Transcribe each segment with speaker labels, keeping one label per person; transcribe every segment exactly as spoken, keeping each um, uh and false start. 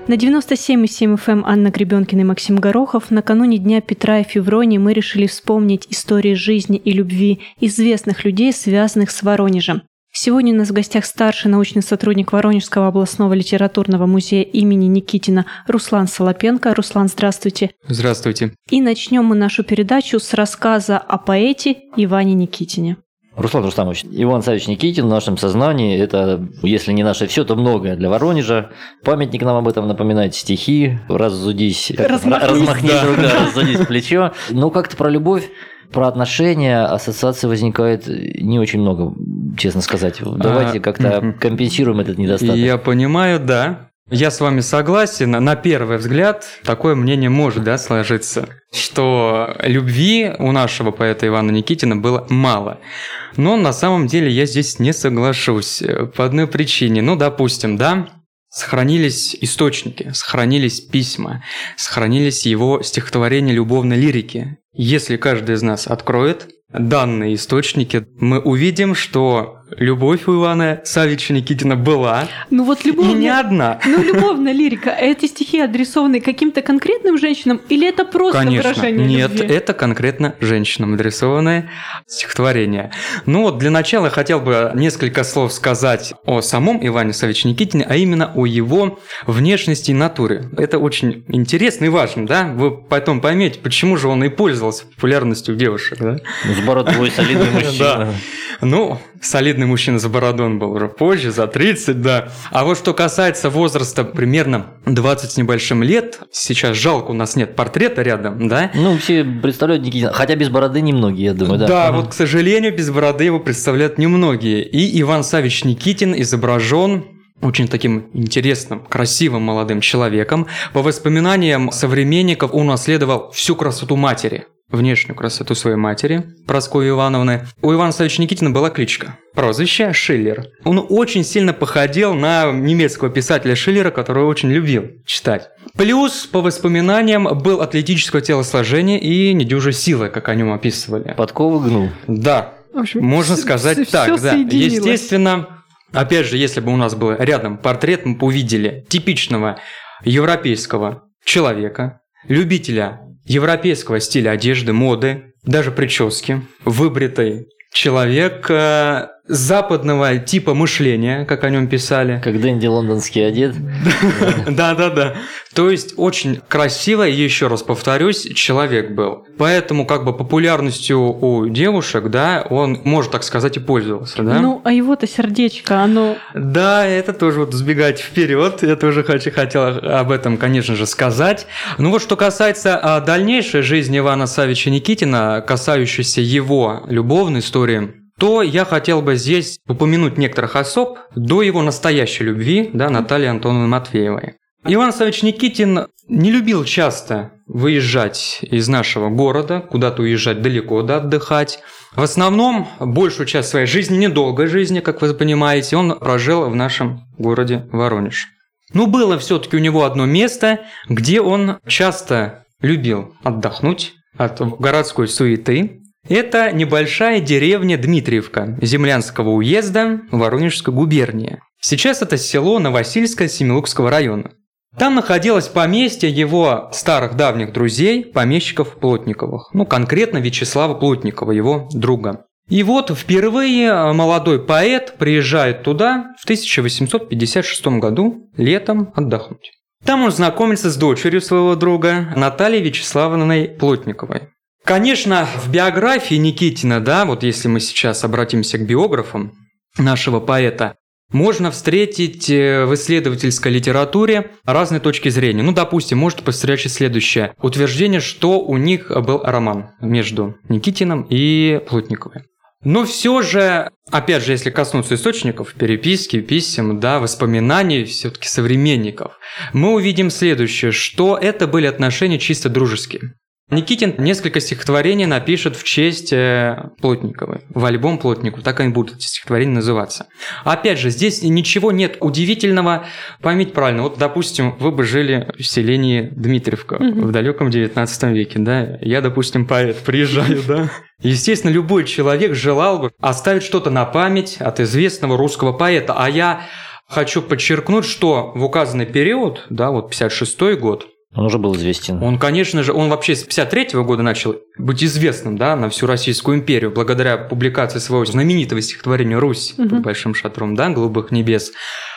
Speaker 1: На девяносто семь и семь эф эм Анна Гребенкина и Максим Горохов. Накануне Дня Петра и Февронии мы решили вспомнить истории жизни и любви известных людей, связанных с Воронежем. Сегодня у нас в гостях старший научный сотрудник Воронежского областного литературного музея имени Никитина Руслан Солопенко. Руслан, здравствуйте.
Speaker 2: Здравствуйте.
Speaker 1: И начнем мы нашу передачу с рассказа о поэте Иване Никитине.
Speaker 3: Руслан Рустамович, Иван Саввич Никитин в нашем сознании – это, если не наше все, то многое для Воронежа. Памятник нам об этом напоминает, стихи, разудись,
Speaker 1: размахнись,
Speaker 3: размахнись
Speaker 1: да.
Speaker 3: рука, разудись плечо. Но как-то про любовь, про отношения, ассоциаций возникает не очень много, честно сказать. Давайте а, как-то угу. компенсируем этот недостаток.
Speaker 2: Я понимаю, да. Я с вами согласен. На первый взгляд такое мнение может, да, сложиться, что любви у нашего поэта Ивана Никитина было мало. Но на самом деле я здесь не соглашусь по одной причине. Ну, допустим, да, сохранились источники, сохранились письма, сохранились его стихотворения любовной лирики. Если каждый из нас откроет данные источники, мы увидим, что любовь у Ивана Саввича Никитина была,
Speaker 1: ну вот любовная,
Speaker 2: и не одна.
Speaker 1: Ну, любовная лирика, эти стихи адресованы каким-то конкретным женщинам, или это просто
Speaker 2: Конечно,
Speaker 1: выражение
Speaker 2: нет,
Speaker 1: любви?
Speaker 2: Это конкретно женщинам адресованное стихотворение. Ну вот для начала я хотел бы несколько слов сказать о самом Иване Саввиче Никитине, а именно о его внешности и натуре. Это очень интересно и важно, да? Вы потом поймете, почему же он и пользовался популярностью у девушек, да?
Speaker 3: С бородой солидный мужчина.
Speaker 2: Ну, солидный мужчина за бородой он был уже позже, за тридцать, да. А вот что касается возраста, примерно двадцать с небольшим лет, сейчас жалко, у нас нет портрета рядом, да?
Speaker 3: Ну, все представляют Никитина, хотя без бороды немногие, я думаю, да.
Speaker 2: Да, вот, к сожалению, без бороды его представляют немногие. И Иван Саввич Никитин изображен очень таким интересным, красивым молодым человеком. По воспоминаниям современников, он унаследовал всю красоту матери. Внешнюю красоту своей матери, Прасковьи Ивановны. У Ивана Саввича Никитина была кличка, прозвище Шиллер. Он очень сильно походил на немецкого писателя Шиллера, которого очень любил читать. Плюс, по воспоминаниям, был атлетического телосложения и недюжей силы, как о нем описывали.
Speaker 3: Подковы гнул.
Speaker 2: Да,
Speaker 1: в общем,
Speaker 2: можно
Speaker 1: все,
Speaker 2: сказать
Speaker 1: все,
Speaker 2: так.
Speaker 1: все
Speaker 2: Да.
Speaker 1: соединилось.
Speaker 2: Естественно, опять же, если бы у нас был рядом портрет, мы бы увидели типичного европейского человека, любителя европейского стиля одежды, моды, даже прически, выбритый человек э, западного типа мышления, как о нем писали.
Speaker 3: Как Дэнди лондонский одет.
Speaker 2: Да-да-да. То есть очень красиво, и еще раз повторюсь, человек был. Поэтому как бы популярностью у девушек, да, он, может так сказать, и пользовался, да?
Speaker 1: Ну, а его-то сердечко, оно...
Speaker 2: Да, это тоже вот сбегать вперед. Я тоже хочу, хотел об этом, конечно же, сказать. Ну вот что касается дальнейшей жизни Ивана Саввича Никитина, касающейся его любовной истории, то я хотел бы здесь упомянуть некоторых особ до его настоящей любви, да, Натальи Антоновны Матвеевой. Иван Саввич Никитин не любил часто выезжать из нашего города, куда-то уезжать далеко, да, отдыхать. В основном, большую часть своей жизни, недолгой жизни, как вы понимаете, он прожил в нашем городе Воронеж. Но было все-таки у него одно место, где он часто любил отдохнуть от городской суеты. Это небольшая деревня Дмитриевка Землянского уезда Воронежской губернии. Сейчас это село Новосильское Семилукского района. Там находилось поместье его старых давних друзей, помещиков Плотниковых. Ну, конкретно Вячеслава Плотникова, его друга. И вот впервые молодой поэт приезжает туда в тысяча восемьсот пятьдесят шестом году летом отдохнуть. Там он знакомится с дочерью своего друга Натальей Вячеславовной Плотниковой. Конечно, в биографии Никитина, да, вот если мы сейчас обратимся к биографам нашего поэта, можно встретить в исследовательской литературе разные точки зрения. Ну, допустим, может посмотреть следующее утверждение, что у них был роман между Никитиным и Плотниковой. Но все же, опять же, если коснуться источников, переписки, писем, да, воспоминаний все-таки современников, мы увидим следующее, что это были отношения чисто дружеские. Никитин несколько стихотворений напишет в честь Плотниковой, в альбом Плотников, так они будут эти стихотворения называться. Опять же, здесь ничего нет удивительного, поймите правильно, вот, допустим, вы бы жили в селении Дмитриевка mm-hmm. в далеком девятнадцатом веке, да, я, допустим, поэт, приезжаю, да. Естественно, любой человек желал бы оставить что-то на память от известного русского поэта, а я хочу подчеркнуть, что в указанный период, да, вот пятьдесят шестой год,
Speaker 3: он уже был известен.
Speaker 2: Он, конечно же, он вообще с пятьдесят третьего года начал быть известным, да, на всю Российскую империю, благодаря публикации своего знаменитого стихотворения «Русь» угу. под большим шатром, да, «Голубых небес».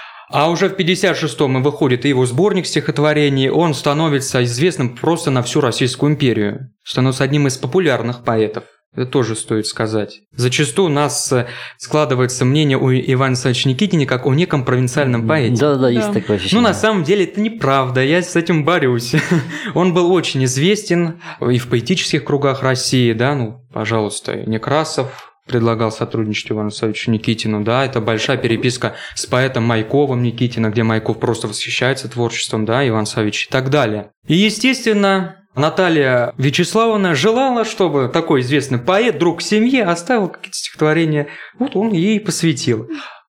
Speaker 2: А уже в пятьдесят шестом выходит и его сборник стихотворений, он становится известным просто на всю Российскую империю, становится одним из популярных поэтов. Это тоже стоит сказать. Зачастую у нас складывается мнение у Ивана Александровича Никитина как о неком провинциальном поэте.
Speaker 3: Да-да, да. есть такое ощущение.
Speaker 2: Ну, на самом деле, это неправда, я с этим борюсь. Он был очень известен и в поэтических кругах России, да, ну, пожалуйста, Некрасов предлагал сотрудничать Ивану Александровичу Никитину, да, это большая переписка с поэтом Маяковым Никитина, где Маяков просто восхищается творчеством, да, Ивана Александровича и так далее. И, естественно, Наталья Вячеславовна желала, чтобы такой известный поэт, друг семьи, оставил какие-то стихотворения. Вот он ей посвятил.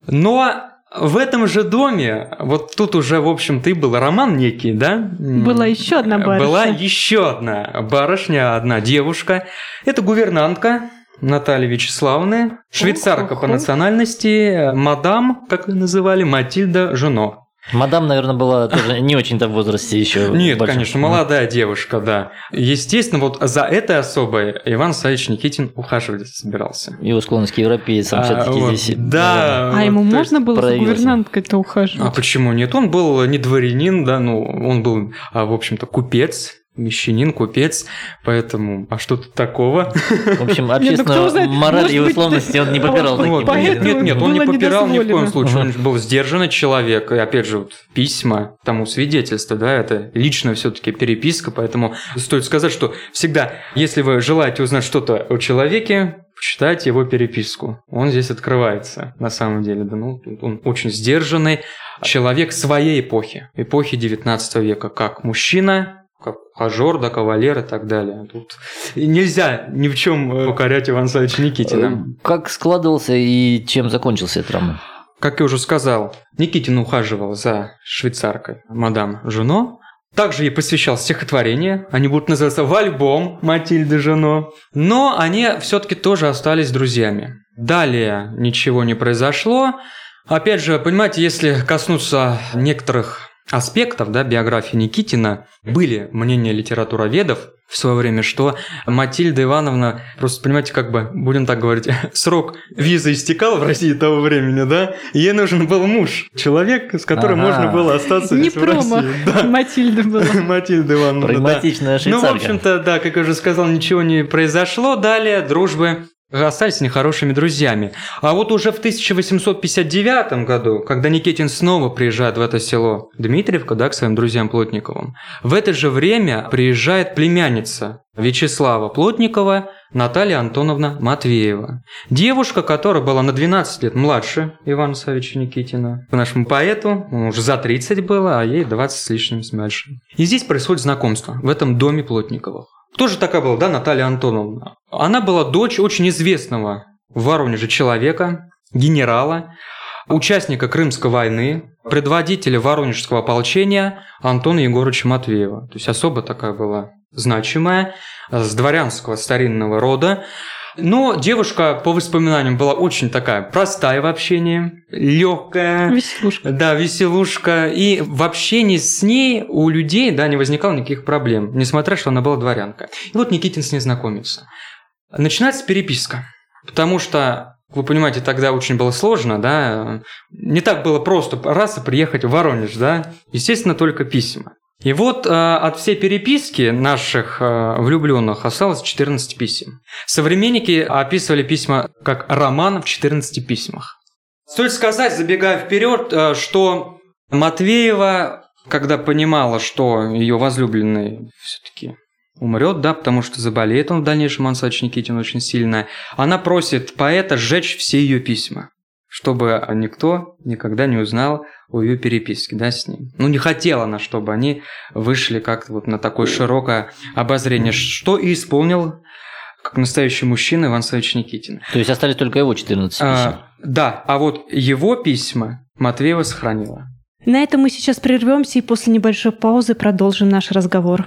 Speaker 2: Но в этом же доме, вот тут уже, в общем-то, и был роман некий, да?
Speaker 1: Была еще одна барышня.
Speaker 2: Была еще одна барышня, одна девушка. Это гувернантка Натальи Вячеславовны, швейцарка по национальности, мадам, как ее называли, Матильда Жено.
Speaker 3: Мадам, наверное, была тоже не очень-то в возрасте еще.
Speaker 2: Нет,
Speaker 3: большом.
Speaker 2: конечно, молодая девушка, да. Естественно, вот за этой особой Иван Александрович Никитин ухаживать собирался.
Speaker 3: Его склонность к европейцам а, все-таки вот, здесь.
Speaker 2: Да.
Speaker 1: А ему можно было за гувернанткой-то ухаживать?
Speaker 2: А почему нет? Он был не дворянин, да, ну, он был, в общем-то, купец. Мещанин, купец, поэтому, а что тут такого?
Speaker 3: В общем, общественную мораль и условности он не попирал.
Speaker 2: Нет, нет, нет, он не попирал ни в коем случае, он был сдержанный человек, и опять же, вот, письма тому свидетельство, да, это личная все-таки переписка, поэтому стоит сказать, что всегда, если вы желаете узнать что-то о человеке, почитайте его переписку, он здесь открывается, на самом деле, да, ну, он очень сдержанный человек своей эпохи, эпохи девятнадцатого века, как мужчина, как ухажер, да, кавалер и так далее. Тут нельзя ни в чем укорять Ивана Александровича Никитина.
Speaker 3: Как складывался и чем закончился этот роман?
Speaker 2: Как я уже сказал, Никитин ухаживал за швейцаркой мадам Жено. Также ей посвящал стихотворения. Они будут называться «В альбом» Матильды Жено. Но они все-таки тоже остались друзьями. Далее ничего не произошло. Опять же, понимаете, если коснуться некоторых аспектов, да, биографии Никитина, были мнения литературоведов в свое время, что Матильда Ивановна, просто, понимаете, как бы, будем так говорить, срок визы истекал в России того времени, да, и ей нужен был муж, человек, с которым ага. можно было остаться
Speaker 1: не
Speaker 2: в России.
Speaker 1: Да. Матильда была.
Speaker 2: Матильда Ивановна,
Speaker 3: прагматичная
Speaker 2: да.
Speaker 3: швейцарка.
Speaker 2: Ну, в общем-то, да, как я уже сказал, ничего не произошло. Далее дружбы остались нехорошими друзьями. А вот уже в тысяча восемьсот пятьдесят девятом году, когда Никитин снова приезжает в это село Дмитриевка, да, к своим друзьям Плотниковым, в это же время приезжает племянница Вячеслава Плотникова Наталья Антоновна Матвеева. Девушка, которая была на двенадцать лет младше Ивана Александровича Никитина. По нашему поэту, ему уже за тридцать было, а ей двадцать с лишним больше. И здесь происходит знакомство в этом доме Плотниковых. Кто же такая была, да, Наталья Антоновна? Она была дочь очень известного в Воронеже человека, генерала, участника Крымской войны, предводителя Воронежского ополчения Антона Егоровича Матвеева. То есть особо такая была значимая, с дворянского старинного рода. Но девушка, по воспоминаниям, была очень такая простая в общении, легкая.
Speaker 1: Веселушка. Да,
Speaker 2: веселушка. И в общении с ней у людей, да, не возникало никаких проблем, несмотря, что она была дворянка. И вот Никитин с ней знакомится. Начинается переписка, потому что, вы понимаете, тогда очень было сложно, да, не так было просто раз и приехать в Воронеж, да, естественно, только письма. И вот э, от всей переписки наших э, влюбленных осталось четырнадцать писем. Современники описывали письма как роман в четырнадцати письмах. Стоит сказать, забегая вперед, э, что Матвеева, когда понимала, что ее возлюбленный все-таки умрет, да, потому что заболеет он в дальнейшем, Иван Александрович Никитин, очень сильно, она просит поэта сжечь все ее письма, чтобы никто никогда не узнал о ее переписке, да, с ним. Ну, не хотела она, чтобы они вышли как-то вот на такое широкое обозрение, что и исполнил как настоящий мужчина Иван Александрович Никитин.
Speaker 3: То есть остались только его четырнадцать писем?
Speaker 2: А, да, а вот его письма Матвеева сохранила.
Speaker 1: На этом мы сейчас прервемся и после небольшой паузы продолжим наш разговор.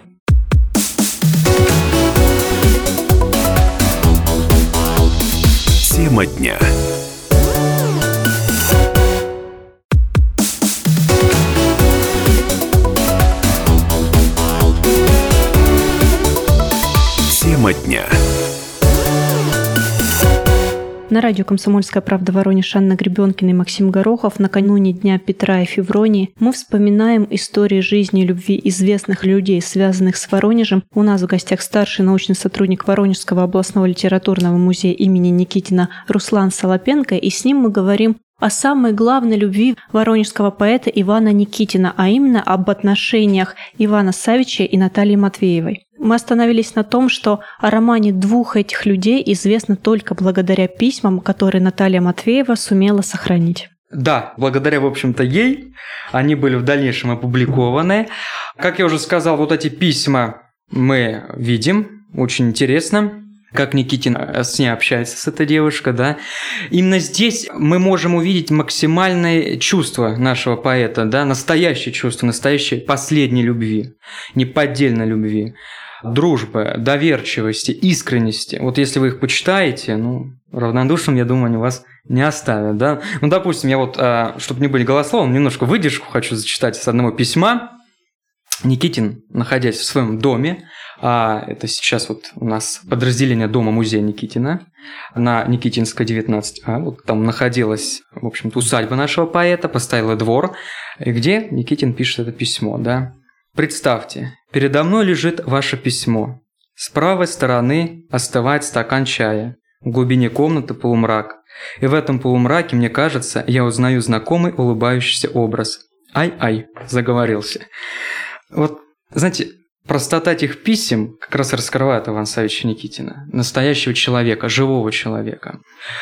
Speaker 4: Тема дня. Тема дня.
Speaker 1: На радио «Комсомольская правда» Воронеж Анна Гребенкина и Максим Горохов. Накануне Дня Петра и Февронии мы вспоминаем истории жизни и любви известных людей, связанных с Воронежем. У нас в гостях старший научный сотрудник Воронежского областного литературного музея имени Никитина Руслан Солопенко, и с ним мы говорим о самой главной любви воронежского поэта Ивана Никитина, а именно об отношениях Ивана Саввича и Натальи Матвеевой. Мы остановились на том, что о романе двух этих людей известно только благодаря письмам, которые Наталья Матвеева сумела сохранить.
Speaker 2: Да, благодаря, в общем-то, ей они были в дальнейшем опубликованы. Как я уже сказал, вот эти письма мы видим, очень интересно, как Никитин с ней общается, с этой девушкой, да. Именно здесь мы можем увидеть максимальное чувство нашего поэта, да, настоящее чувство, настоящей последней любви, неподдельной любви, дружбы, доверчивости, искренности. Вот если вы их почитаете, ну, равнодушным, я думаю, они вас не оставят, да. Ну, допустим, я вот, чтобы не быть голословным, немножко выдержку хочу зачитать с одного письма. Никитин, находясь в своем доме, а это сейчас вот у нас подразделение дома-музея Никитина на Никитинской, девятнадцать А, вот там находилась, в общем-то, усадьба нашего поэта, постоялый двор, где Никитин пишет это письмо, да. «Представьте, передо мной лежит ваше письмо. С правой стороны остывает стакан чая, в глубине комнаты полумрак, и в этом полумраке, мне кажется, я узнаю знакомый улыбающийся образ. Ай-ай, заговорился». Вот, знаете, простота этих писем как раз раскрывает Ивана Саввича Никитина, настоящего человека, живого человека.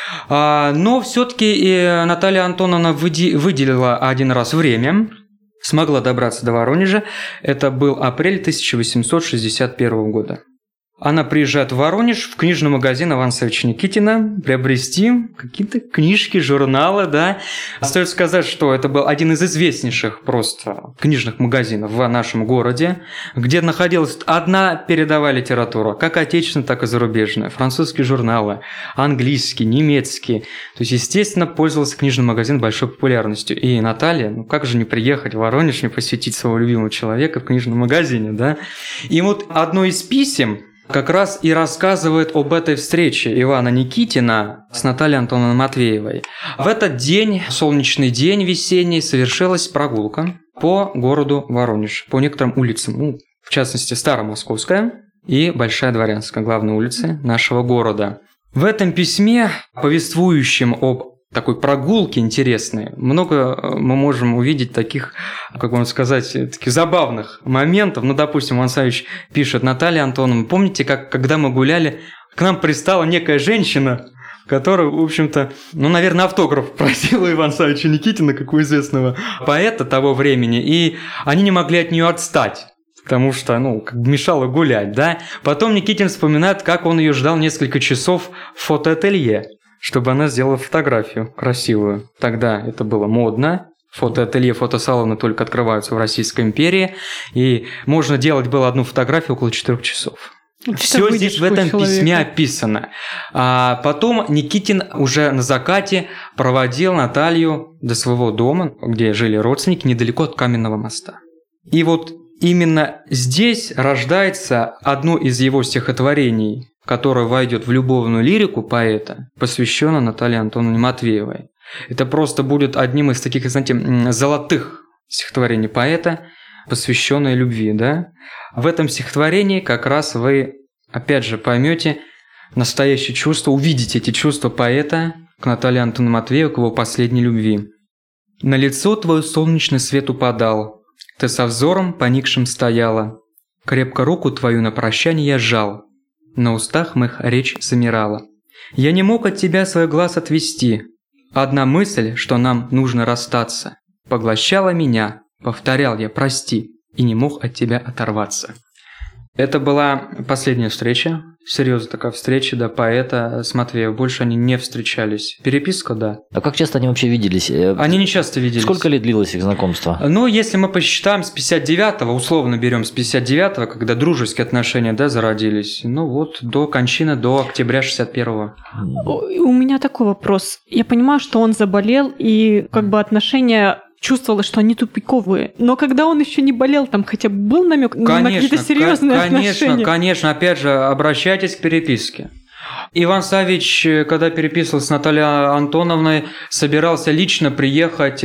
Speaker 2: А, но все-таки Наталья Антоновна выделила один раз время, смогла добраться до Воронежа. Это был апрель тысяча восемьсот шестьдесят первого года. Она приезжает в Воронеж, в книжный магазин Ивана Саввича Никитина, приобрести какие-то книжки, журналы, да. Стоит сказать, что это был один из известнейших просто книжных магазинов в нашем городе, где находилась одна передовая литература, как отечественная, так и зарубежная. Французские журналы, английские, немецкие. То есть, естественно, пользовался книжный магазин большой популярностью. И Наталья, ну как же не приехать в Воронеж, не посетить своего любимого человека в книжном магазине, да. И вот одно из писем как раз и рассказывает об этой встрече Ивана Никитина с Натальей Антоновной Матвеевой. В этот день, солнечный день весенний, совершилась прогулка по городу Воронеж, по некоторым улицам, ну, в частности, Старомосковская и Большая Дворянская, главные улицы нашего города. В этом письме, повествующем об такой прогулки интересной, много мы можем увидеть таких, как вам сказать, таких забавных моментов. Ну, допустим, Иван Саввич пишет: Наталья Антоновна, помните, как когда мы гуляли, к нам пристала некая женщина, которая, в общем-то, ну, наверное, автограф просила Ивана Саввича Никитина, как у известного поэта того времени, и они не могли от нее отстать. Потому что, ну, как бы мешало гулять, да. Потом Никитин вспоминает, как он ее ждал несколько часов в фотоателье, чтобы она сделала фотографию красивую. Тогда это было модно. Фотоателье, фотосалоны только открываются в Российской империи. И можно делать было одну фотографию около четырех часов. Все здесь в этом человека. Письме описано. А потом Никитин уже на закате проводил Наталью до своего дома, где жили родственники, недалеко от Каменного моста. И вот именно здесь рождается одно из его стихотворений, которое войдет в любовную лирику поэта, посвященное Наталье Антоновне Матвеевой. Это просто будет одним из таких, знаете, золотых стихотворений поэта, посвященное любви, да? В этом стихотворении как раз вы, опять же, поймете настоящее чувство, увидите эти чувства поэта к Наталье Антоновне Матвеевой, к его последней любви. «На лицо твое солнечный свет упадал, ты со взором поникшим стояла, крепко руку твою на прощание я сжал, на устах моих речь замирала. Я не мог от тебя свой глаз отвести. Одна мысль, что нам нужно расстаться, поглощала меня, повторял я «прости» и не мог от тебя оторваться». Это была последняя встреча, серьезная такая встреча, да, поэта с Матвеевым. Больше они не встречались. Переписка, да.
Speaker 3: А как часто они вообще виделись?
Speaker 2: Они не часто виделись.
Speaker 3: Сколько лет длилось их знакомство?
Speaker 2: Ну, если мы посчитаем с пятьдесят девятого, условно берем с пятьдесят девятого, когда дружеские отношения, да, зародились, ну вот до кончины, до октября шестьдесят первого.
Speaker 1: У меня такой вопрос. Я понимаю, что он заболел, и как бы отношения чувствовала, что они тупиковые. Но когда он еще не болел, там хотя бы был намек
Speaker 2: конечно,
Speaker 1: на какие-то серьезные
Speaker 2: конечно,
Speaker 1: отношения.
Speaker 2: Конечно, конечно. Опять же, обращайтесь к переписке. Иван Саввич, когда переписывался с Натальей Антоновной, собирался лично приехать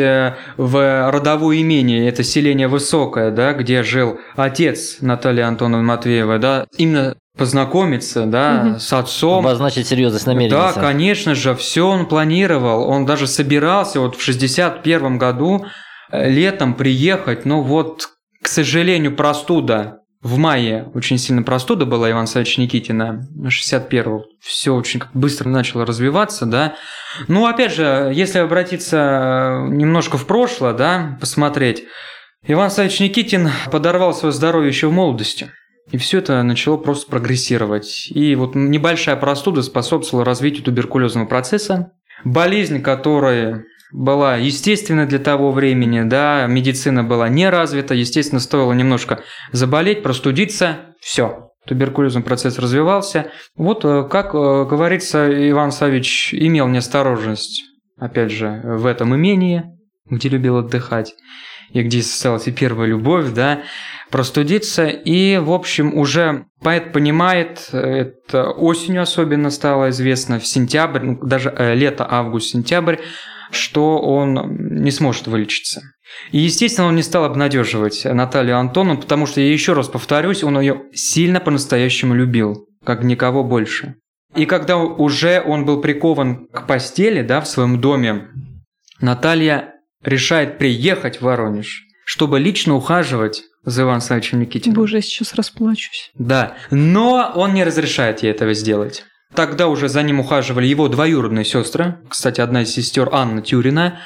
Speaker 2: в родовое имение, это селение Высокое, да, где жил отец Натальи Антоновны Матвеевой, да, именно познакомиться, да, угу. с отцом.
Speaker 3: Обозначить серьезность намерений.
Speaker 2: Да, конечно же, все он планировал. Он даже собирался вот в шестьдесят первом году летом приехать, но вот, к сожалению, простуда. В мае очень сильно простуда была Ивана Саввича Никитина, шестьдесят первого. Все очень быстро начало развиваться, да. Ну, опять же, если обратиться немножко в прошлое, да, посмотреть, Иван Саввич Никитин подорвал свое здоровье еще в молодости. И все это начало просто прогрессировать. И вот небольшая простуда способствовала развитию туберкулезного процесса. Болезнь, которая была естественной для того времени, да, медицина была не развита, естественно, стоило немножко заболеть, простудиться, все, туберкулезный процесс развивался. Вот, как говорится, Иван Саввич имел неосторожность, опять же, в этом имении, где любил отдыхать, и где состоялась и первая любовь, да, простудиться. И, в общем, уже поэт понимает, это осенью особенно стало известно, в сентябрь, ну, даже э, лето, август, сентябрь, что он не сможет вылечиться. И, естественно, он не стал обнадеживать Наталью Антоновну, потому что, я еще раз повторюсь, он ее сильно по-настоящему любил, как никого больше. И когда уже он был прикован к постели, да, в своем доме, Наталья решает приехать в Воронеж, чтобы лично ухаживать за Иваном Саввичем Никитиным.
Speaker 1: Боже, я сейчас расплачусь.
Speaker 2: Да, но он не разрешает ей этого сделать. Тогда уже за ним ухаживали его двоюродные сестры, кстати, одна из сестер Анна Тюрина.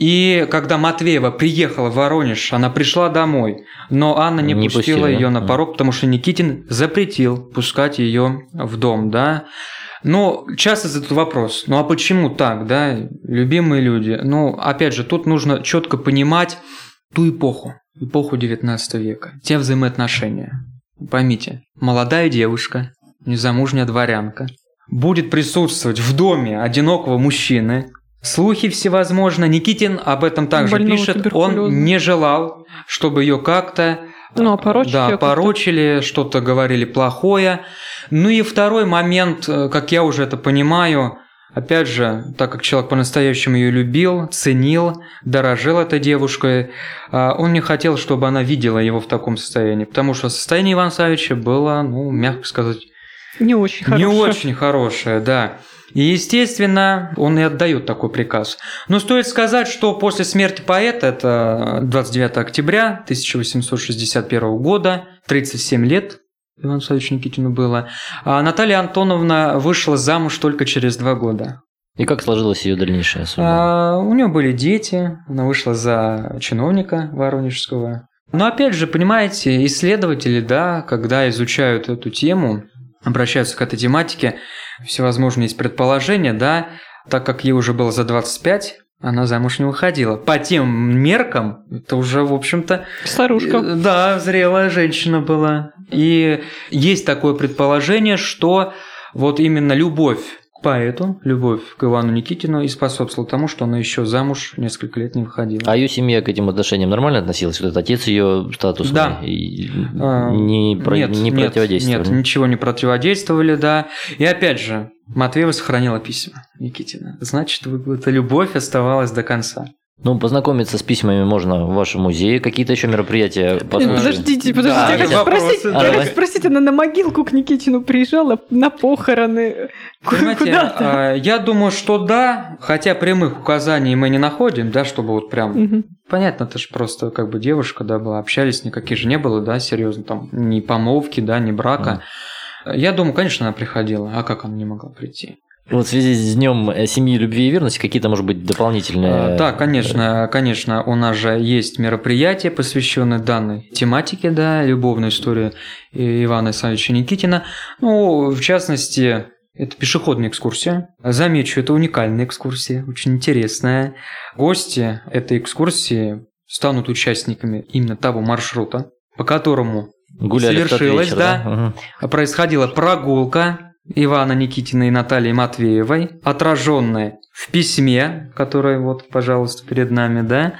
Speaker 2: И когда Матвеева приехала в Воронеж, она пришла домой, но Анна не, не пустила ее на порог, потому что Никитин запретил пускать ее в дом, да. Ну, часто задают вопрос, ну а почему так, да, любимые люди? Ну, опять же, тут нужно четко понимать ту эпоху, эпоху девятнадцатого века, те взаимоотношения. Поймите, молодая девушка, незамужняя дворянка, будет присутствовать в доме одинокого мужчины. Слухи всевозможные. Никитин об этом также Больного пишет. Он не желал, чтобы ее как-то
Speaker 1: ну, опорочили,
Speaker 2: да, порочили, что-то говорили плохое. Ну и второй момент, как я уже это понимаю, опять же, так как человек по-настоящему ее любил, ценил, дорожил этой девушкой, он не хотел, чтобы она видела его в таком состоянии, потому что состояние Ивана Саввича было, ну, мягко сказать,
Speaker 1: Не очень хорошее.
Speaker 2: Не очень хорошее, да. И, естественно, он и отдает такой приказ. Но стоит сказать, что после смерти поэта, это двадцать девятого октября тысяча восемьсот шестьдесят первого года, тридцать семь лет Ивану Саввичу Никитину было, а Наталья Антоновна вышла замуж только через два года.
Speaker 3: И как сложилась ее дальнейшая судьба?
Speaker 2: А, у нее были дети, она вышла за чиновника воронежского. Но опять же, понимаете, исследователи, да, когда изучают эту тему, обращаются к этой тематике, всевозможные есть предположения, да, так как ей уже было за двадцать пять, она замуж не выходила. По тем меркам, это уже, в общем-то...
Speaker 1: Старушка.
Speaker 2: Да, зрелая женщина была. И есть такое предположение, что вот именно любовь к поэту, любовь к Ивану Никитину и способствовала тому, что она еще замуж несколько лет не выходила.
Speaker 3: А ее семья к этим отношениям нормально относилась? Вот этот отец ее статусный?
Speaker 2: Да.
Speaker 3: И не,
Speaker 2: нет,
Speaker 3: про... не
Speaker 2: нет,
Speaker 3: противодействовали?
Speaker 2: Нет, ничего не противодействовали, да. И опять же, Матвеева сохранила письма Никитина. Значит, эта любовь оставалась до конца.
Speaker 3: Ну, познакомиться с письмами можно в вашем музее. Какие-то еще мероприятия послушать?
Speaker 1: Подождите, подождите.
Speaker 2: Да,
Speaker 1: я хочу спросить,
Speaker 2: да,
Speaker 1: я хочу спросить, она на могилку к Никитину приезжала, на похороны?
Speaker 2: Понимаете,
Speaker 1: Куда-то?
Speaker 2: Я думаю, что да, хотя прямых указаний мы не находим, да, чтобы вот прям... Угу. Понятно, это же просто как бы девушка, да, была, общались, никаких же не было, да, серьезно, там, ни помолвки, да, ни брака. Угу. Я думаю, конечно, она приходила, а как она не могла прийти?
Speaker 3: Вот в связи с Днем семьи, любви и верности какие-то, может быть, дополнительные...
Speaker 2: Да, конечно, конечно, у нас же есть мероприятия, посвященные данной тематике, да, любовной истории Ивана Саввича Никитина. Ну, в частности, это пешеходная экскурсия. Замечу, это уникальная экскурсия, очень интересная. Гости этой экскурсии станут участниками именно того маршрута, по которому
Speaker 3: Гуляли
Speaker 2: совершилась,
Speaker 3: вечер,
Speaker 2: да,
Speaker 3: да?
Speaker 2: происходила прогулка Ивана Никитина и Натальи Матвеевой, отраженная в письме, которое вот, пожалуйста, перед нами, да.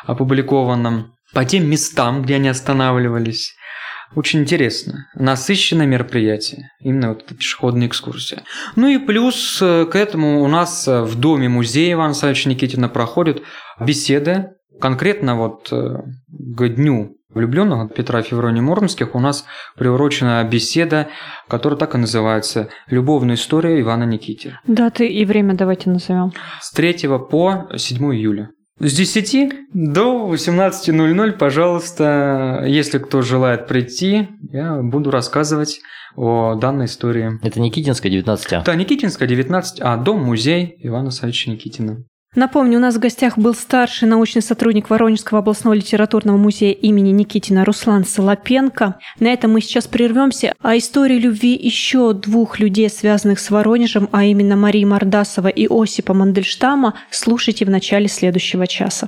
Speaker 2: опубликовано, по тем местам, где они останавливались. Очень интересно. Насыщенное мероприятие. Именно вот эта пешеходная экскурсия. Ну и плюс к этому у нас в доме музея Ивана Саввича Никитина проходят беседы. Конкретно вот к дню влюбленных Петра и Февронии Муромских у нас приурочена беседа, которая так и называется «Любовная история Ивана Никитина».
Speaker 1: Даты и время давайте назовем.
Speaker 2: С третьего по седьмое июля. С десяти до восемнадцати ноль-ноль, пожалуйста, если кто желает прийти, я буду рассказывать о данной истории.
Speaker 3: Это Никитинская, девятнадцать А.
Speaker 2: Да, Никитинская, девятнадцать А, дом-музей Ивана Саввича Никитина.
Speaker 1: Напомню, у нас в гостях был старший научный сотрудник Воронежского областного литературного музея имени Никитина Руслан Солопенко. На этом мы сейчас прервемся. А истории любви еще двух людей, связанных с Воронежем, а именно Марии Мордасова и Осипа Мандельштама, слушайте в начале следующего часа.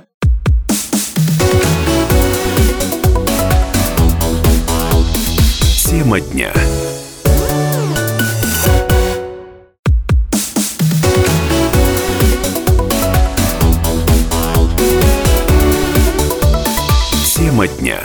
Speaker 4: Тема дня. Тема дня.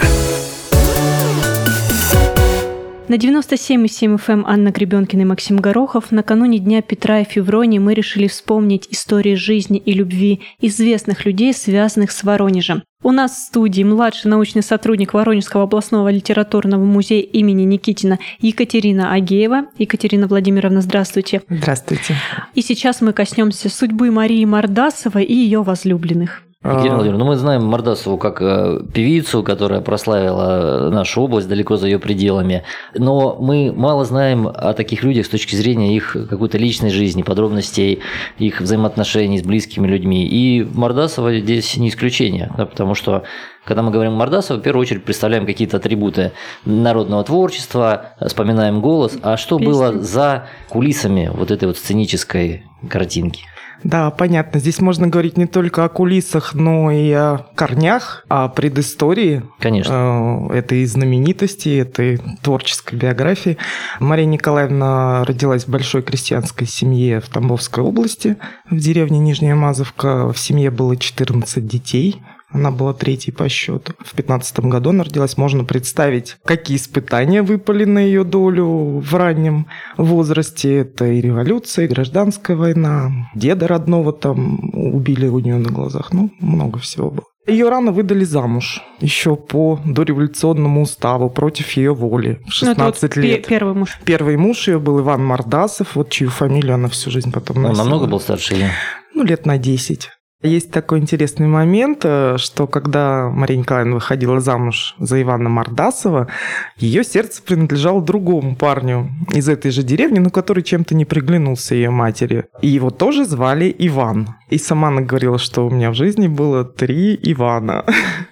Speaker 1: На девяносто семь и семь эф эм Анна Гребенкина и Максим Горохов. Накануне Дня Петра и Февронии мы решили вспомнить истории жизни и любви известных людей, связанных с Воронежем. У нас в студии младший научный сотрудник Воронежского областного литературного музея имени Никитина Екатерина Агеева. Екатерина Владимировна, здравствуйте.
Speaker 5: Здравствуйте.
Speaker 1: И сейчас мы коснемся судьбы Марии Мордасовой и ее возлюбленных.
Speaker 3: Екатерина Владимировна, ну мы знаем Мордасову как певицу, которая прославила нашу область далеко за ее пределами, но мы мало знаем о таких людях с точки зрения их какой-то личной жизни, подробностей их взаимоотношений с близкими людьми. И Мордасова здесь не исключение, да, потому что когда мы говорим о Мордасовой, в первую очередь представляем какие-то атрибуты народного творчества, вспоминаем голос, а что Песни. было за кулисами вот этой вот сценической картинки?
Speaker 5: Да, понятно. Здесь можно говорить не только о кулисах, но и о корнях, о предыстории.
Speaker 3: Конечно.
Speaker 5: Этой знаменитости, этой творческой биографии. Мария Николаевна родилась в большой крестьянской семье в Тамбовской области, в деревне Нижняя Мазовка. В семье было четырнадцать детей. Она была третьей по счету. В пятнадцатом году она родилась. Можно представить, какие испытания выпали на ее долю в раннем возрасте. Это и революция, и гражданская война. Деда родного там убили у нее на глазах. Ну, много всего было. Ее рано выдали замуж, еще по дореволюционному уставу, против ее воли, в шестнадцать
Speaker 1: ну,
Speaker 5: лет.
Speaker 1: Первый муж.
Speaker 5: Первый муж ее был Иван Мордасов, вот чью фамилию она всю жизнь потом носила.
Speaker 3: Он намного был старше ее?
Speaker 5: Ну, лет на десять. Есть такой интересный момент, что когда Мария Николаевна выходила замуж за Ивана Мордасова, ее сердце принадлежало другому парню из этой же деревни, но который чем-то не приглянулся ее матери. И его тоже звали Иван. И сама она говорила, что у меня в жизни было три Ивана.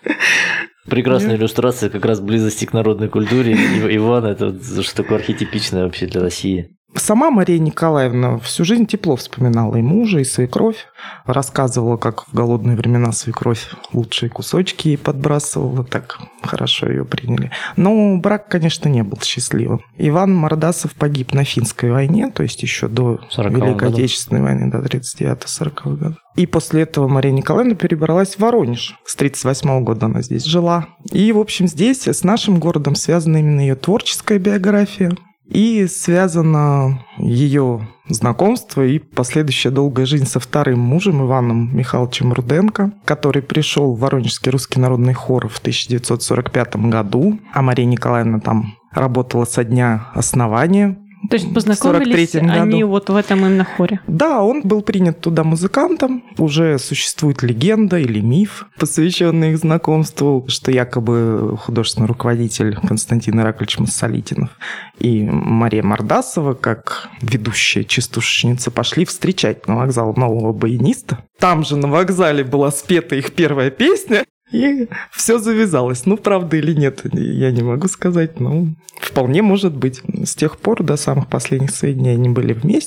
Speaker 3: Прекрасная Нет. иллюстрация как раз близости к народной культуре. Иван – это что такое архетипичное вообще для России.
Speaker 5: Сама Мария Николаевна всю жизнь тепло вспоминала и мужа, и свекровь. Рассказывала, как в голодные времена свекровь лучшие кусочки ей подбрасывала. Так хорошо ее приняли. Но брак, конечно, не был счастливым. Иван Мордасов погиб на финской войне, то есть еще до Великой году. Отечественной войны, до тридцать девятого-сороковых годов. И после этого Мария Николаевна перебралась в Воронеж. С тридцать восьмого года она здесь жила. И, в общем, здесь с нашим городом связана именно ее творческая биография. И связано ее знакомство и последующая долгая жизнь со вторым мужем Иваном Михайловичем Руденко, который пришел в Воронежский русский народный хор в тысяча девятьсот сорок пятом году, а Мария Николаевна там работала со дня основания.
Speaker 1: То есть познакомились они вот в этом именно хоре?
Speaker 5: Да, он был принят туда музыкантом. Уже существует легенда или миф, посвященный их знакомству, что якобы художественный руководитель Константин Ираклевич Массолитинов и Мария Мордасова, как ведущая частушечница, пошли встречать на вокзал нового баяниста. Там же на вокзале была спета их первая песня. И все завязалось. Ну, правда или нет, я не могу сказать, но вполне может быть. С тех пор, до самых последних сведений, они были вместе.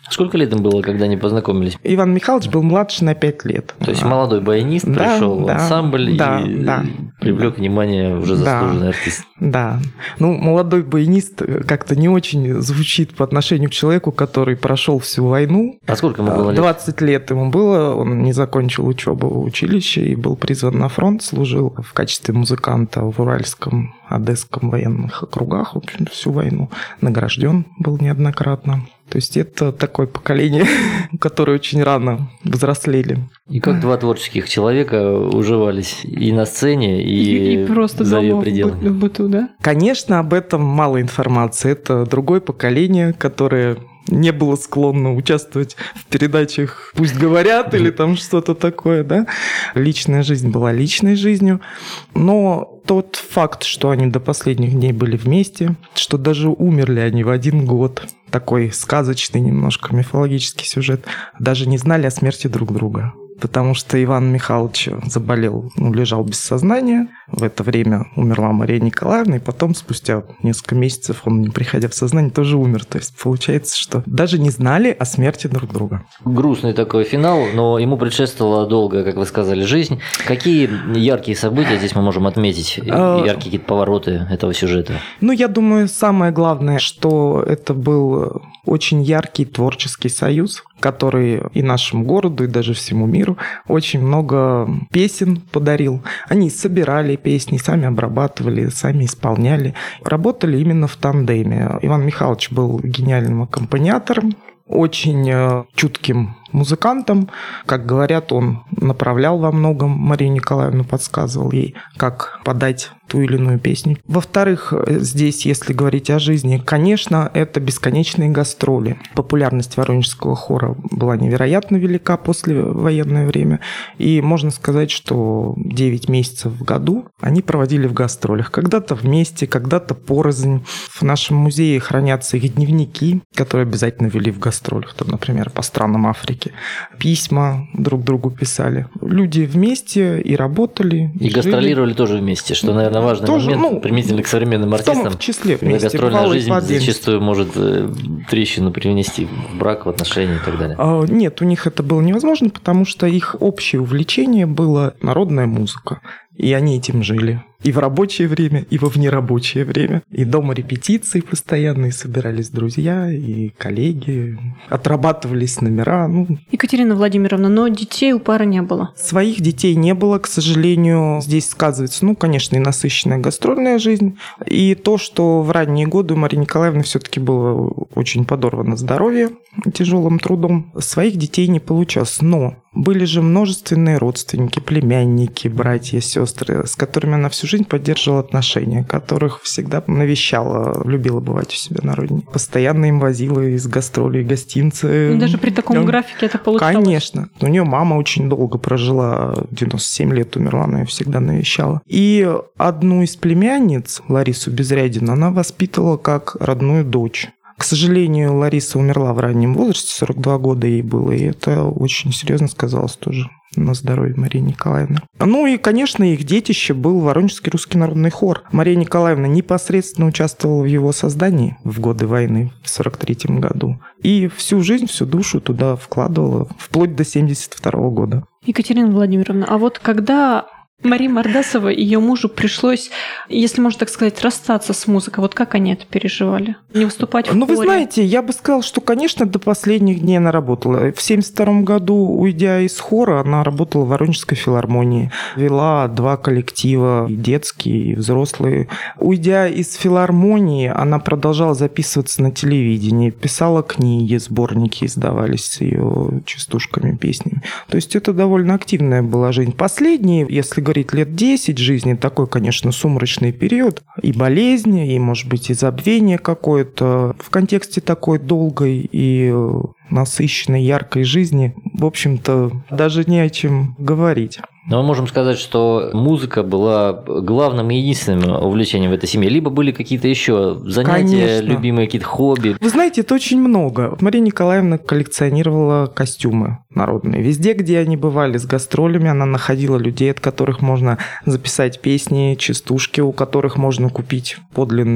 Speaker 3: Сколько лет им было, когда они познакомились?
Speaker 5: Иван Михайлович был младше на пять лет.
Speaker 3: То есть молодой баянист
Speaker 5: да,
Speaker 3: пришел в
Speaker 5: да,
Speaker 3: ансамбль
Speaker 5: да,
Speaker 3: и
Speaker 5: да,
Speaker 3: привлек
Speaker 5: да.
Speaker 3: внимание уже заслуженный
Speaker 5: да,
Speaker 3: артист.
Speaker 5: Да. Ну, молодой баянист как-то не очень звучит по отношению к человеку, который прошел всю войну.
Speaker 3: А сколько ему было лет?
Speaker 5: двадцать лет ему было, он не закончил учебу в училище и был призван на фронт, служил в качестве музыканта в Уральском, Одесском военных округах, в общем, всю войну. Награжден был неоднократно. То есть это такое поколение, которое очень рано взрослели.
Speaker 3: И как два творческих человека уживались и на сцене, и,
Speaker 1: и, и просто
Speaker 3: за ее
Speaker 1: дома
Speaker 3: пределами.
Speaker 1: в быту, да?
Speaker 5: Конечно, об этом мало информации. Это другое поколение, которое не было склонно участвовать в передачах «Пусть говорят» или там что-то такое, да. Личная жизнь была личной жизнью, но тот факт, что они до последних дней были вместе, что даже умерли они в один год, такой сказочный немножко мифологический сюжет, даже не знали о смерти друг друга. Потому что Иван Михайлович заболел, ну, лежал без сознания. В это время умерла Мария Николаевна, и потом, спустя несколько месяцев, он, не приходя в сознание, тоже умер. То есть получается, что даже не знали о смерти друг друга.
Speaker 3: Грустный такой финал, но ему предшествовала долгая, как вы сказали, жизнь. Какие яркие события здесь мы можем отметить? Яркие какие-то повороты этого сюжета?
Speaker 5: Ну, я думаю, самое главное, что это был очень яркий творческий союз, который и нашему городу, и даже всему миру очень много песен подарил. Они собирали песни, сами обрабатывали, сами исполняли. Работали именно в тандеме. Иван Михайлович был гениальным аккомпаниатором, очень чутким музыкантом. Как говорят, он направлял во многом Марию Николаевну, подсказывал ей, как подать ту или иную песню. Во-вторых, здесь, если говорить о жизни, конечно, это бесконечные гастроли. Популярность воронежского хора была невероятно велика после военное время. И можно сказать, что девять месяцев в году они проводили в гастролях. Когда-то вместе, когда-то порознь. В нашем музее хранятся их дневники, которые обязательно вели в гастролях. Там, например, по странам Африки. Письма друг другу писали. Люди вместе и работали.
Speaker 3: И, и гастролировали тоже вместе, что, наверное, важный тоже, момент, ну, применительно к современным артистам.
Speaker 5: В том числе вместе.
Speaker 3: Гастрольная жизнь зачастую может трещину привнести в брак, в отношения и так далее.
Speaker 5: А, нет, у них это было невозможно, потому что их общее увлечение было народная музыка. И они этим жили. И в рабочее время, и во внерабочее время. И дома репетиции постоянные, собирались друзья и коллеги, отрабатывались номера. Ну.
Speaker 1: Екатерина Владимировна, но детей у пары не было.
Speaker 5: Своих детей не было, к сожалению. Здесь сказывается, ну, конечно, и насыщенная гастрольная жизнь. И то, что в ранние годы у Марии Николаевны все-таки было очень подорвано здоровье тяжелым трудом. Своих детей не получалось. Но были же множественные родственники, племянники, братья, сестры, с которыми она всю жизнь поддерживала отношения, которых всегда навещала, любила бывать у себя на родине. Постоянно им возила из гастролей гостинцы.
Speaker 1: И даже при таком да. графике это получалось?
Speaker 5: Конечно. У нее мама очень долго прожила, девяносто семь лет умерла, она ее всегда навещала. И одну из племянниц, Ларису Безрядину, она воспитывала как родную дочь. К сожалению, Лариса умерла в раннем возрасте, сорок два года ей было, и это очень серьезно сказалось тоже на здоровье Марии Николаевны. Ну и, конечно, их детище был Воронежский русский народный хор. Мария Николаевна непосредственно участвовала в его создании в годы войны в сорок третьем году. И всю жизнь, всю душу туда вкладывала, вплоть до семьдесят второго года.
Speaker 1: Екатерина Владимировна, а вот когда Марии Мордасовой и ее мужу пришлось, если можно так сказать, расстаться с музыкой. Вот как они это переживали? Не выступать в хоре?
Speaker 5: Ну, вы знаете, я бы сказала, что, конечно, до последних дней она работала. В семьдесят втором году, уйдя из хора, она работала в Воронежской филармонии. Вела два коллектива, и детские, и взрослые. Уйдя из филармонии, она продолжала записываться на телевидении, писала книги, сборники издавались с ее частушками, песнями. То есть это довольно активная была жизнь. Последние, если говорить лет десять жизни, такой, конечно, сумрачный период, и болезни, и, может быть, и забвение какое-то. В контексте такой долгой и насыщенной, яркой жизни, в общем-то, даже не о чем говорить.
Speaker 3: Но мы можем сказать, что музыка была главным и единственным увлечением в этой семье. Либо были какие-то еще занятия, конечно, любимые какие-то хобби.
Speaker 5: Вы знаете, это очень много. Мария Николаевна коллекционировала костюмы народные. Везде, где они бывали с гастролями, она находила людей, от которых можно записать песни, частушки, у которых можно купить подлинные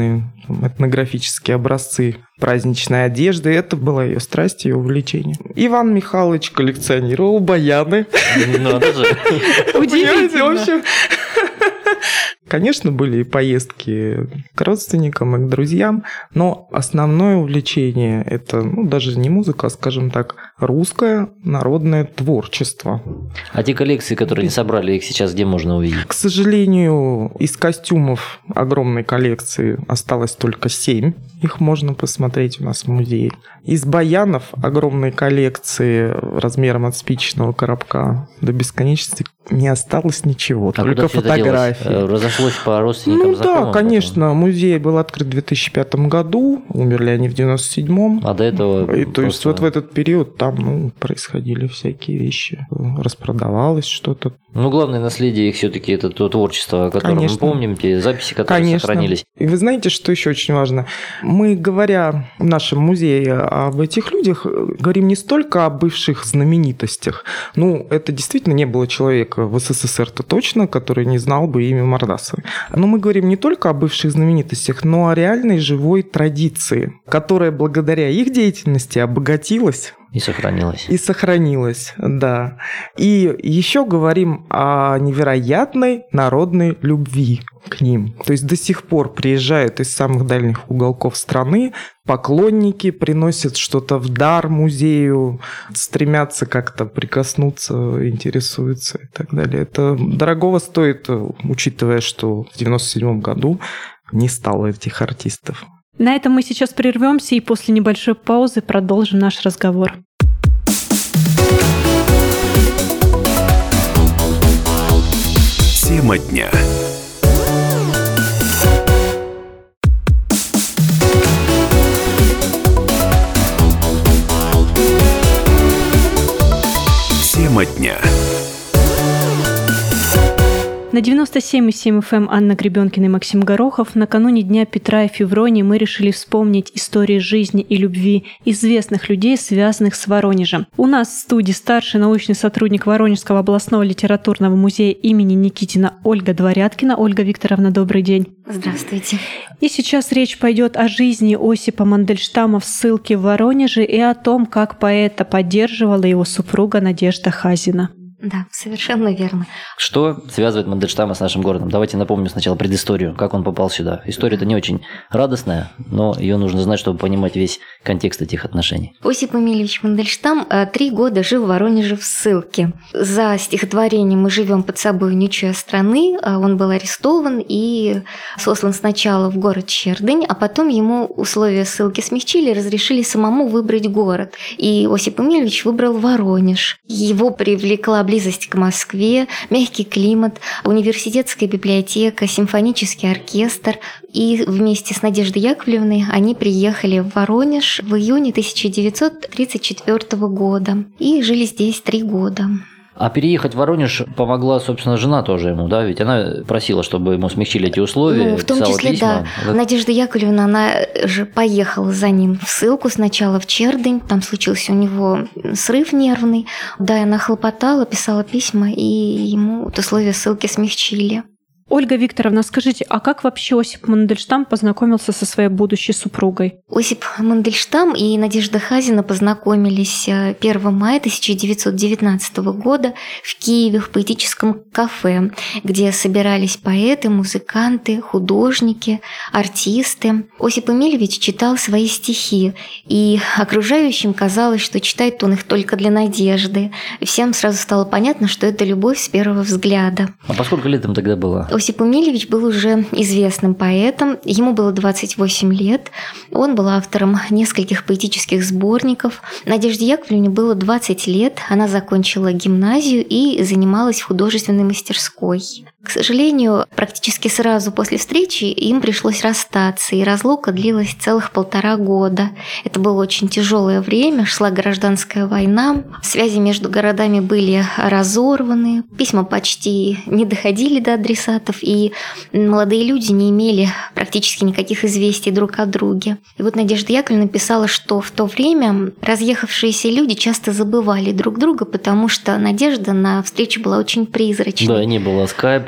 Speaker 5: этнографические образцы праздничной одежды. Это была ее страсть, ее увлечение. Иван Михайлович коллекционировал баяны.
Speaker 3: Надо же.
Speaker 1: Удивительно.
Speaker 5: В общем, конечно, были и поездки к родственникам и к друзьям, но основное увлечение – это, ну, даже не музыка, а, скажем так, русское народное творчество.
Speaker 3: А те коллекции, которые не собрали, их сейчас где можно увидеть?
Speaker 5: К сожалению, из костюмов огромной коллекции осталось только семь. Их можно посмотреть у нас в музее. Из баянов огромной коллекции размером от спичечного коробка до бесконечности не осталось ничего,
Speaker 3: А
Speaker 5: только фотографии.
Speaker 3: Разошлось по родственникам,
Speaker 5: Ну
Speaker 3: знакомым?
Speaker 5: да, конечно. Потом. Музей был открыт в две тысячи пятом году, умерли они в девяносто седьмом.
Speaker 3: А до этого...
Speaker 5: И, то
Speaker 3: просто...
Speaker 5: есть вот в этот период там, ну, происходили всякие вещи. Распродавалось что-то.
Speaker 3: Ну, главное наследие их все-таки это то творчество, о котором
Speaker 5: Конечно.
Speaker 3: мы помним, те записи, которые
Speaker 5: Конечно.
Speaker 3: сохранились.
Speaker 5: И вы знаете, что еще очень важно? Мы, говоря в нашем музее об этих людях, говорим не столько о бывших знаменитостях. Ну, это действительно не было человека в СССР-то точно, который не знал бы имя Мордасовой. Но мы говорим не только о бывших знаменитостях, но о реальной живой традиции, которая благодаря их деятельности обогатилась.
Speaker 3: И сохранилось.
Speaker 5: И сохранилось, да. И еще говорим о невероятной народной любви к ним. То есть до сих пор приезжают из самых дальних уголков страны поклонники, приносят что-то в дар музею, стремятся как-то прикоснуться, интересуются и так далее. Это дорогого стоит, учитывая, что в девяносто седьмом году не стало этих артистов.
Speaker 1: На этом мы сейчас прервемся и после небольшой паузы продолжим наш разговор.
Speaker 4: Тема дня. Тема дня.
Speaker 1: На девяносто семь и семь эф эм Анна Гребенкина и Максим Горохов накануне Дня Петра и Февронии мы решили вспомнить истории жизни и любви известных людей, связанных с Воронежем. У нас в студии старший научный сотрудник Воронежского областного литературного музея имени Никитина Ольга Дворяткина. Ольга Викторовна, добрый день.
Speaker 6: Здравствуйте.
Speaker 1: И сейчас речь пойдет о жизни Осипа Мандельштама в ссылке в Воронеже и о том, как поэта поддерживала его супруга Надежда Хазина.
Speaker 6: Да, совершенно верно.
Speaker 3: Что связывает Мандельштама с нашим городом? Давайте напомним сначала предысторию, как он попал сюда. История-то не очень радостная, но ее нужно знать, чтобы понимать весь контекст этих отношений.
Speaker 6: Осип Эмильевич Мандельштам три года жил в Воронеже в ссылке. За стихотворением «Мы живем под собой, не чуя страны» он был арестован и сослан сначала в город Чердынь, а потом ему условия ссылки смягчили и разрешили самому выбрать город. И Осип Эмильевич выбрал Воронеж. Его привлекла близость к Москве, мягкий климат, университетская библиотека, симфонический оркестр. И вместе с Надеждой Яковлевной они приехали в Воронеж в июне тысяча девятьсот тридцать четвёртого года и жили здесь три года.
Speaker 3: А переехать в Воронеж помогла, собственно, жена тоже ему, да? Ведь она просила, чтобы ему смягчили эти условия.
Speaker 6: Ну, в том
Speaker 3: писала
Speaker 6: числе,
Speaker 3: письма.
Speaker 6: да. Надежда Яковлевна, она же поехала за ним в ссылку сначала в Чердынь. Там случился у него срыв нервный. Да, и она хлопотала, писала письма, и ему условия ссылки смягчили.
Speaker 1: Ольга Викторовна, скажите, а как вообще Осип Мандельштам познакомился со своей будущей супругой?
Speaker 6: Осип Мандельштам и Надежда Хазина познакомились первого мая тысяча девятьсот девятнадцатого года в Киеве в поэтическом кафе, где собирались поэты, музыканты, художники, артисты. Осип Эмильевич читал свои стихи, и окружающим казалось, что читает он их только для Надежды. Всем сразу стало понятно, что это любовь с первого взгляда.
Speaker 3: А по сколько лет им тогда было?
Speaker 6: Осип Эмильевич был уже известным поэтом, ему было двадцать восемь лет, он был автором нескольких поэтических сборников. Надежде Яковлевне было двадцать лет, она закончила гимназию и занималась в художественной мастерской. К сожалению, практически сразу после встречи им пришлось расстаться, и разлука длилась целых полтора года. Это было очень тяжелое время, шла гражданская война, связи между городами были разорваны, письма почти не доходили до адресатов, и молодые люди не имели практически никаких известий друг о друге. И вот Надежда Яковлевна писала, что в то время разъехавшиеся люди часто забывали друг друга, потому что надежда на встречу была очень призрачной.
Speaker 3: Да, не было скайпа,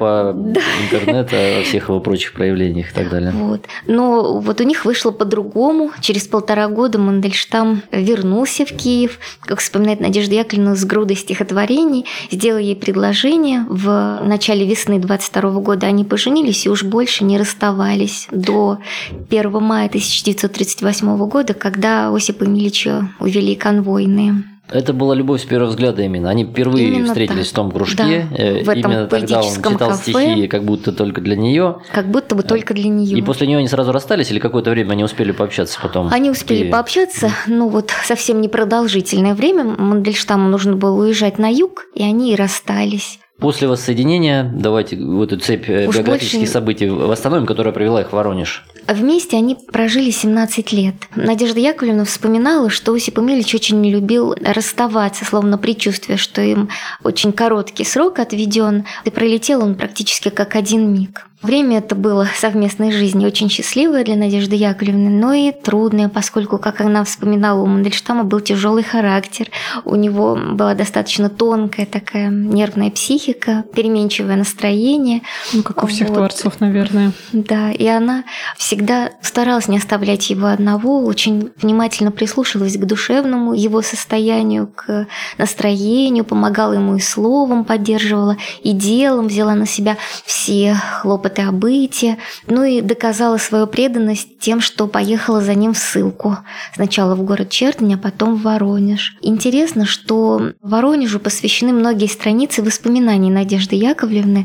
Speaker 3: Ватсапа, интернета, во всех его прочих проявлениях и так далее.
Speaker 6: Вот. Но вот у них вышло по-другому. Через полтора года Мандельштам вернулся в Киев. Как вспоминает Надежда Яковлевна, с грудой стихотворений, сделал ей предложение. В начале весны двадцать второго года они поженились и уж больше не расставались до первого мая тысяча девятьсот тридцать восьмого года, когда Осипа Емельича увели конвойные.
Speaker 3: Это была любовь с первого взгляда именно. Они впервые
Speaker 6: Именно
Speaker 3: встретились
Speaker 6: так.
Speaker 3: в том кружке.
Speaker 6: Да,
Speaker 3: в этом именно тогда он читал
Speaker 6: кафе.
Speaker 3: стихи как будто только для нее.
Speaker 6: Как будто бы только для нее.
Speaker 3: И после нее они сразу расстались или какое-то время они успели пообщаться потом?
Speaker 6: Они успели
Speaker 3: и...
Speaker 6: пообщаться, ну вот совсем непродолжительное время. Мандельштаму нужно было уезжать на юг, и они и расстались.
Speaker 3: После воссоединения, давайте вот эту цепь
Speaker 6: Уж
Speaker 3: биографических
Speaker 6: больше...
Speaker 3: событий восстановим, которая привела их в Воронеж.
Speaker 6: Вместе они прожили семнадцать лет. Надежда Яковлевна вспоминала, что Осип Емельич очень не любил расставаться, словно предчувствие, что им очень короткий срок отведен, и пролетел он практически как один миг. Время это было совместной жизни очень счастливое для Надежды Яковлевны, но и трудное, поскольку, как она вспоминала, у Мандельштама был тяжелый характер, у него была достаточно тонкая такая нервная психика, переменчивое настроение.
Speaker 1: Ну, как у всех
Speaker 6: вот.
Speaker 1: творцов, наверное.
Speaker 6: Да, и она всегда старалась не оставлять его одного, очень внимательно прислушивалась к душевному его состоянию, к настроению, помогала ему и словом поддерживала, и делом, взяла на себя все хлопоты о быте, ну и доказала свою преданность тем, что поехала за ним в ссылку. Сначала в город Чердынь, а потом в Воронеж. Интересно, что Воронежу посвящены многие страницы воспоминаний Надежды Яковлевны,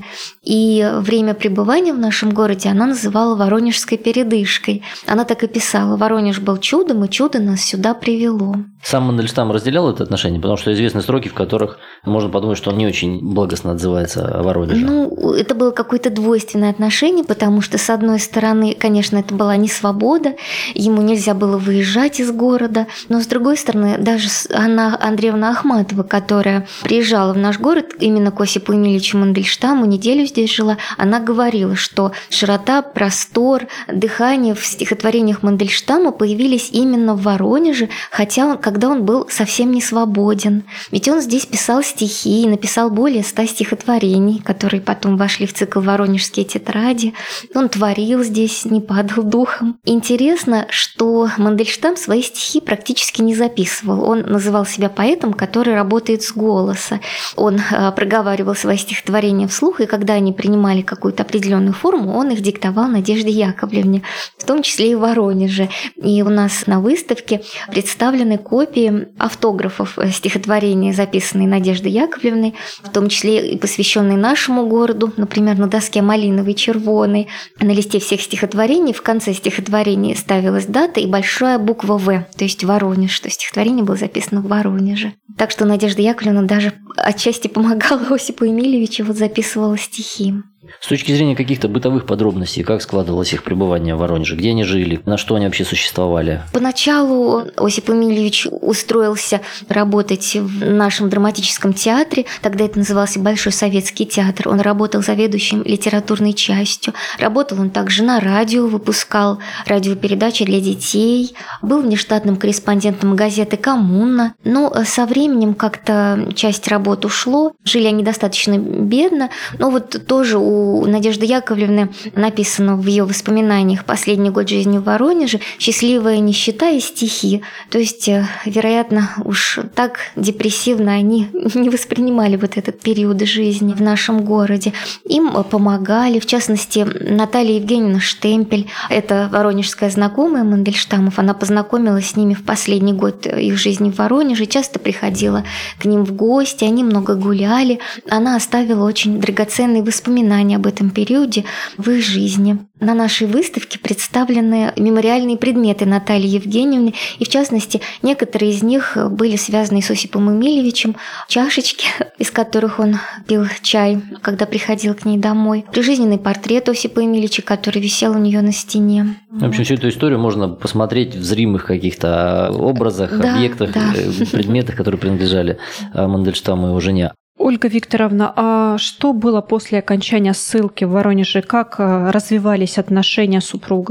Speaker 6: и время пребывания в нашем городе она называла воронежской передышкой. Она так и писала: «Воронеж был чудом, и чудо нас сюда привело».
Speaker 3: Сам Мандельштам разделял это отношение, потому что известны строки, в которых можно подумать, что он не очень благостно отзывается о Воронеже.
Speaker 6: Ну, это было какое-то двойственное отношение, потому что, с одной стороны, конечно, это была не свобода, ему нельзя было выезжать из города, но, с другой стороны, даже Анна Андреевна Ахматова, которая приезжала в наш город именно к Осипу Емельичу Мандельштаму, неделю здесь жила, она говорила, что широта, простор, дыхание в стихотворениях Мандельштама появились именно в Воронеже, хотя он, когда он был совсем не свободен. Ведь он здесь писал стихи и написал более ста стихотворений, которые потом вошли в цикл «Воронежские тетради». Он творил здесь, не падал духом. Интересно, что Мандельштам свои стихи практически не записывал. Он называл себя поэтом, который работает с голоса. Он проговаривал свои стихотворения вслух, и когда они принимали какую-то определенную форму, он их диктовал Надежде Яковлевне, в том числе и в Воронеже. И у нас на выставке представлены копии автографов стихотворений, записанные Надеждой Яковлевной, в том числе и посвященные нашему городу, например, на доске малиновой, червоной. На листе всех стихотворений в конце стихотворения ставилась дата и большая буква «В», то есть Воронеж, что стихотворение было записано в Воронеже. Так что Надежда Яковлевна даже отчасти помогала Осипу Емельевичу, вот записывала стихи.
Speaker 3: С точки зрения каких-то бытовых подробностей, как складывалось их пребывание в Воронеже, где они жили, на что они вообще существовали?
Speaker 6: Поначалу Осип Емельевич устроился работать в нашем драматическом театре, тогда это назывался Большой советский театр. Он работал заведующим литературной частью. Работал он также на радио, выпускал радиопередачи для детей, был внештатным корреспондентом газеты «Коммуна». Но со временем как-то часть работ ушло, жили они достаточно бедно, но вот тоже у У Надежды Яковлевны написано в ее воспоминаниях «Последний год жизни в Воронеже», «Счастливая нищета» и стихи. То есть, вероятно, уж так депрессивно они не воспринимали вот этот период жизни в нашем городе. Им помогали, в частности, Наталья Евгеньевна Штемпель, это воронежская знакомая Мандельштамов, она познакомилась с ними в последний год их жизни в Воронеже, часто приходила к ним в гости, они много гуляли. Она оставила очень драгоценные воспоминания об этом периоде в их жизни. На нашей выставке представлены мемориальные предметы Натальи Евгеньевны, и в частности, некоторые из них были связаны с Осипом Емельевичем, чашечки, из которых он пил чай, когда приходил к ней домой, прижизненный портрет Осипа Емельевича, который висел у нее на стене.
Speaker 3: В общем, всю эту историю можно посмотреть в зримых каких-то образах, да, объектах, да. предметах, которые принадлежали Мандельштаму и его жене.
Speaker 1: Ольга Викторовна, а что было после окончания ссылки в Воронеже? Как развивались отношения супругов?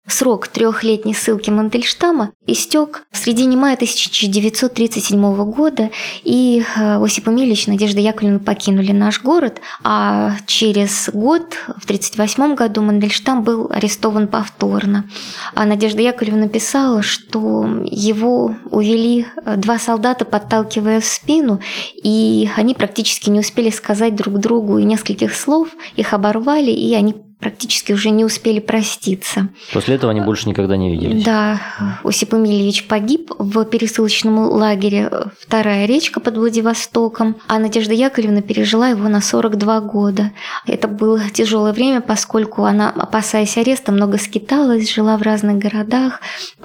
Speaker 6: Срок трехлетней ссылки Мандельштама истек в середине мая тысяча девятьсот тридцать седьмого года, и Осип Эмильевич и Надежда Яковлевна покинули наш город, а через год, в тридцать восьмом году, Мандельштам был арестован повторно. А Надежда Яковлевна писала, что его увели два солдата, подталкивая в спину, и они практически не успели сказать друг другу и нескольких слов, их оборвали, и они практически уже не успели проститься.
Speaker 3: После этого они больше никогда не виделись.
Speaker 6: Да, Осип Эмильевич погиб в пересылочном лагере «Вторая речка» под Владивостоком, а Надежда Яковлевна пережила его на сорок два года. Это было тяжелое время, поскольку она, опасаясь ареста, много скиталась, жила в разных городах,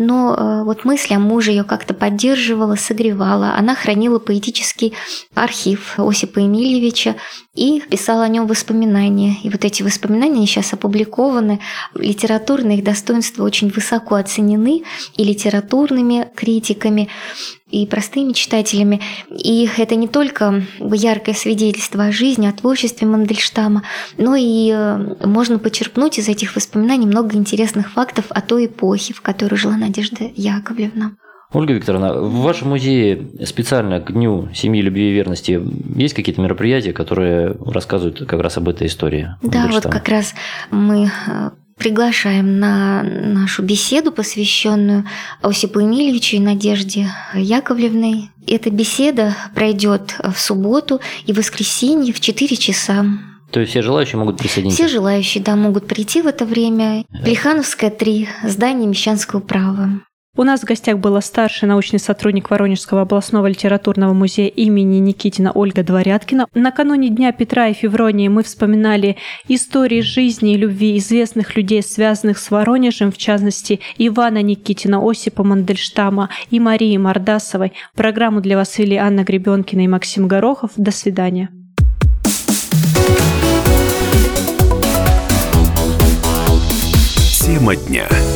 Speaker 6: но вот мысль о муже ее как-то поддерживала, согревала. Она хранила поэтический архив Осипа Эмильевича и писала о нем воспоминания. И вот эти воспоминания сейчас опубликованы. Литературные их достоинства очень высоко оценены и литературными критиками, и простыми читателями. И это не только яркое свидетельство о жизни, о творчестве Мандельштама, но и можно почерпнуть из этих воспоминаний много интересных фактов о той эпохе, в которой жила Надежда Яковлевна.
Speaker 3: Ольга Викторовна, в вашем музее специально к Дню семьи, любви и верности есть какие-то мероприятия, которые рассказывают как раз об этой истории?
Speaker 6: Да, вот как раз мы приглашаем на нашу беседу, посвященную Осипу Эмильевичу и Надежде Яковлевной. Эта беседа пройдет в субботу и воскресенье в четыре часа.
Speaker 3: То есть все желающие могут присоединиться?
Speaker 6: Все желающие, да, могут прийти в это время. Плехановская, три, здание Мещанского права.
Speaker 1: У нас в гостях была старший научный сотрудник Воронежского областного литературного музея имени Никитина Ольга Дворяткина. Накануне Дня Петра и Февронии мы вспоминали истории жизни и любви известных людей, связанных с Воронежем, в частности, Ивана Никитина, Осипа Мандельштама и Марии Мордасовой. Программу для вас вели Анна Гребенкина и Максим Горохов. До свидания.
Speaker 4: Тема дня.